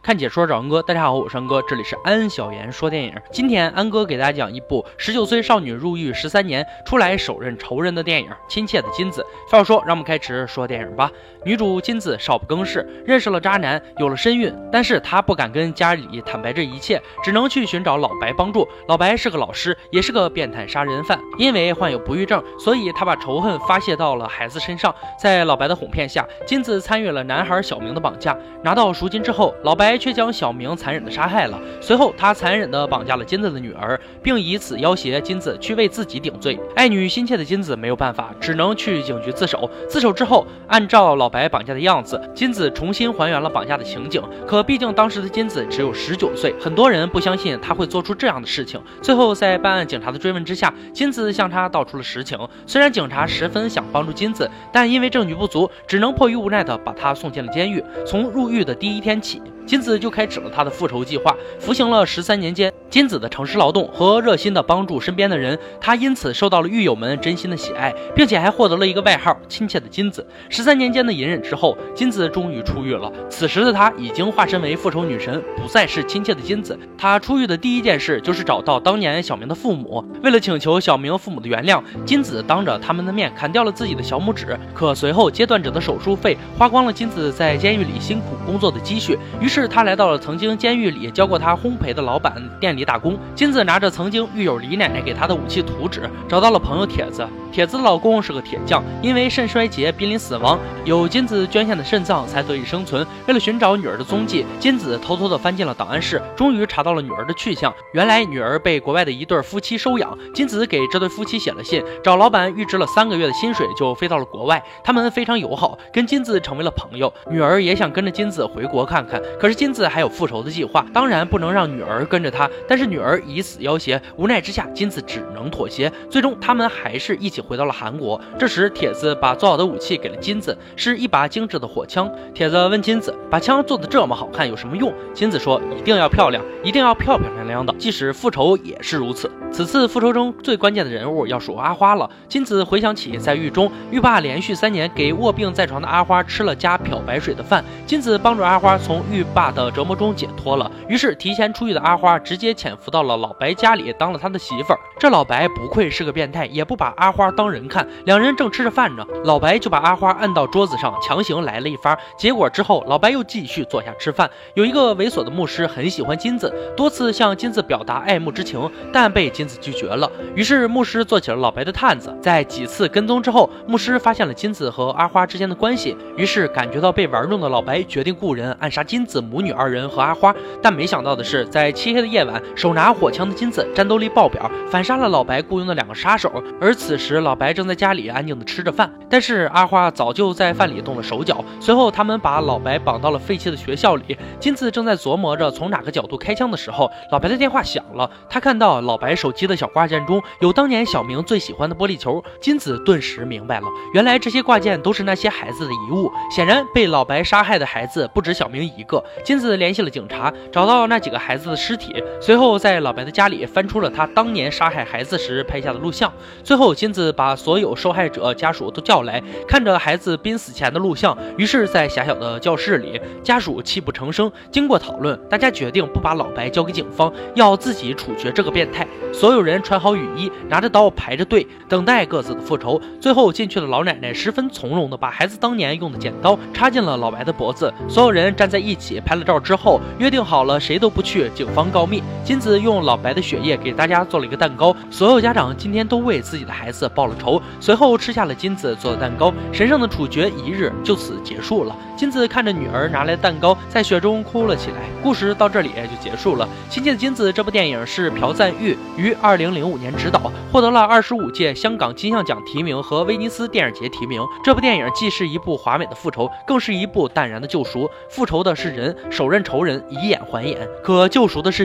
看解说找安哥，大家好，我是安哥，这里是安小言说电影。今天安哥给大家讲一部19岁少女入狱13年出来手刃仇人的电影《亲切的金子》。废话说，让我们开始说电影吧。女主金子少不更事，认识了渣男，有了身孕，但是她不敢跟家里坦白这一切，只能去寻找老白帮助。老白是个老师，也是个变态杀人犯，因为患有不育症，所以他把仇恨发泄到了孩子身上。在老白的哄骗下，金子参与了男孩小明的绑架，拿到赎金之后，老白却将小明残忍地杀害了。随后他残忍地绑架了金子的女儿，并以此要挟金子去为自己顶罪。爱女心切的金子没有办法，只能去警局自首。自首之后，按照老白绑架的样子，金子重新还原了绑架的情景。可毕竟当时的金子只有19岁，很多人不相信他会做出这样的事情。最后在办案警察的追问之下，金子向他道出了实情。虽然警察十分想帮助金子，但因为证据不足，只能迫于无奈地把他送进了监狱。从入狱的第一天起，金子就开始了他的复仇计划。服刑了13年间，金子的诚实劳动和热心的帮助身边的人，他因此受到了狱友们真心的喜爱，并且还获得了一个外号“亲切的金子”。13年间的隐忍之后，金子终于出狱了。此时的他已经化身为复仇女神，不再是亲切的金子。他出狱的第一件事就是找到当年小明的父母。为了请求小明父母的原谅，金子当着他们的面砍掉了自己的小拇指。可随后接断指的手术费花光了金子在监狱里辛苦工作的积蓄，于是他来到了曾经监狱里教过他烘焙的老板店里打工。金子拿着曾经狱友李奶奶给他的武器图纸，找到了朋友铁子。铁子的老公是个铁匠，因为肾衰竭濒临死亡，有金子捐献的肾脏才得以生存。为了寻找女儿的踪迹，金子偷偷地翻进了档案室，终于查到了女儿的去向。原来女儿被国外的一对夫妻收养，金子给这对夫妻写了信，找老板预支了3个月的薪水，就飞到了国外。他们非常友好，跟金子成为了朋友。女儿也想跟着金子回国看看，可是金子还有复仇的计划，当然不能让女儿跟着他。但是女儿以死要挟，无奈之下，金子只能妥协。最终他们还是一起回到了韩国。这时铁子把做好的武器给了金子，是一把精致的火枪。铁子问金子，把枪做得这么好看有什么用？金子说，一定要漂亮，一定要漂漂亮亮的，即使复仇也是如此。此次复仇中最关键的人物要数阿花了。金子回想起在狱中，狱霸连续3年给卧病在床的阿花吃了加漂白水的饭，金子帮助阿花从狱霸的折磨中解脱了。于是提前出狱的阿花直接潜伏到了老白家里，当了他的媳妇儿。这老白不愧是个变态，也不把阿花当人看。两人正吃着饭呢，老白就把阿花按到桌子上，强行来了一发。结果之后，老白又继续坐下吃饭。有一个猥琐的牧师很喜欢金子，多次向金子表达爱慕之情，但被金子拒绝了。于是牧师做起了老白的探子。在几次跟踪之后，牧师发现了金子和阿花之间的关系，于是感觉到被玩弄的老白决定雇人暗杀金子母女2人和阿花。但没想到的是，在漆黑的夜晚，手拿火枪的金子战斗力爆表，反杀了老白雇佣的2个杀手。而此时老白正在家里安静地吃着饭，但是阿花早就在饭里动了手脚。随后他们把老白绑到了废弃的学校里。金子正在琢磨着从哪个角度开枪的时候，老白的电话响了。他看到老白手机的小挂件中有当年小明最喜欢的玻璃球。金子顿时明白了，原来这些挂件都是那些孩子的遗物。显然被老白杀害的孩子不止小明一个。金子联系了警察，找到那几个孩子的尸体，随后在老白的家里翻出了他当年杀害孩子时拍下的录像。最后金子把所有受害者家属都叫来，看着孩子濒死前的录像。于是在狭小的教室里，家属泣不成声。经过讨论，大家决定不把老白交给警方，要自己处决这个变态。所有人穿好雨衣，拿着刀排着队，等待各自的复仇。最后进去的老奶奶十分从容地把孩子当年用的剪刀插进了老白的脖子。所有人站在一起拍了照之后，约定好了谁都不去警方告密。金子用老白的血液给大家做了一个蛋糕，所有家长今天都为自己的孩子报了仇。随后吃下了金子做的蛋糕，神圣的处决一日就此结束了。金子看着女儿拿来的蛋糕，在雪中哭了起来。故事到这里就结束了。亲切的金子这部电影是朴赞郁于2005年执导，获得了25届香港金像奖提名和威尼斯电影节提名。这部电影既是一部华美的复仇，更是一部淡然的救赎。复仇的是人，手刃仇人，以眼还眼；可救赎的是心，是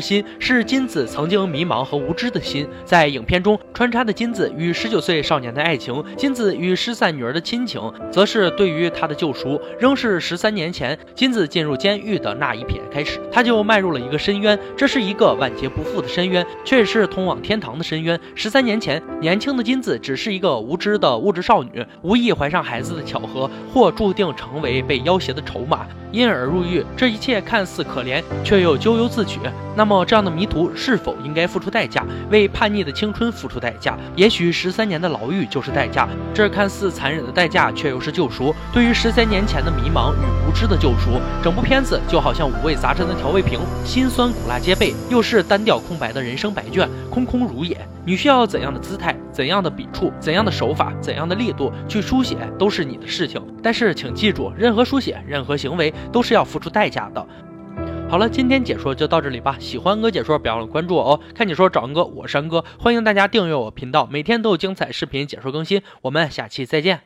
是金子曾经迷茫和无知的心。在影片中穿插的金子与19岁少年的爱情，金子与失散女儿的亲情，则是对于他的救赎。仍是13年前金子进入监狱的那一瞥开始，他就迈入了一个深渊，这是一个万劫不复的深渊，却也是通往天堂的深渊。13年前，年轻的金子只是一个无知的物质少女，无意怀上孩子的巧合，或注定成为被要挟的筹码，因而入狱。这一切看似可怜，却又咎由自取。那么这样的迷途是否应该付出代价，为叛逆的青春付出代价？也许13年的牢狱就是代价，这看似残忍的代价却又是救赎，对于13年前的迷茫与无知的救赎。整部片子就好像五味杂陈的调味瓶，辛酸苦辣皆备，又是单调空白的人生白卷，空空如也。你需要怎样的姿态，怎样的笔触，怎样的手法，怎样的力度去书写，都是你的事情。但是请记住，任何书写，任何行为都是要付出代价的。好了，今天解说就到这里吧。喜欢安哥解说，别忘了关注我哦。看解说找安哥，我是安哥，欢迎大家订阅我频道，每天都有精彩视频解说更新。我们下期再见。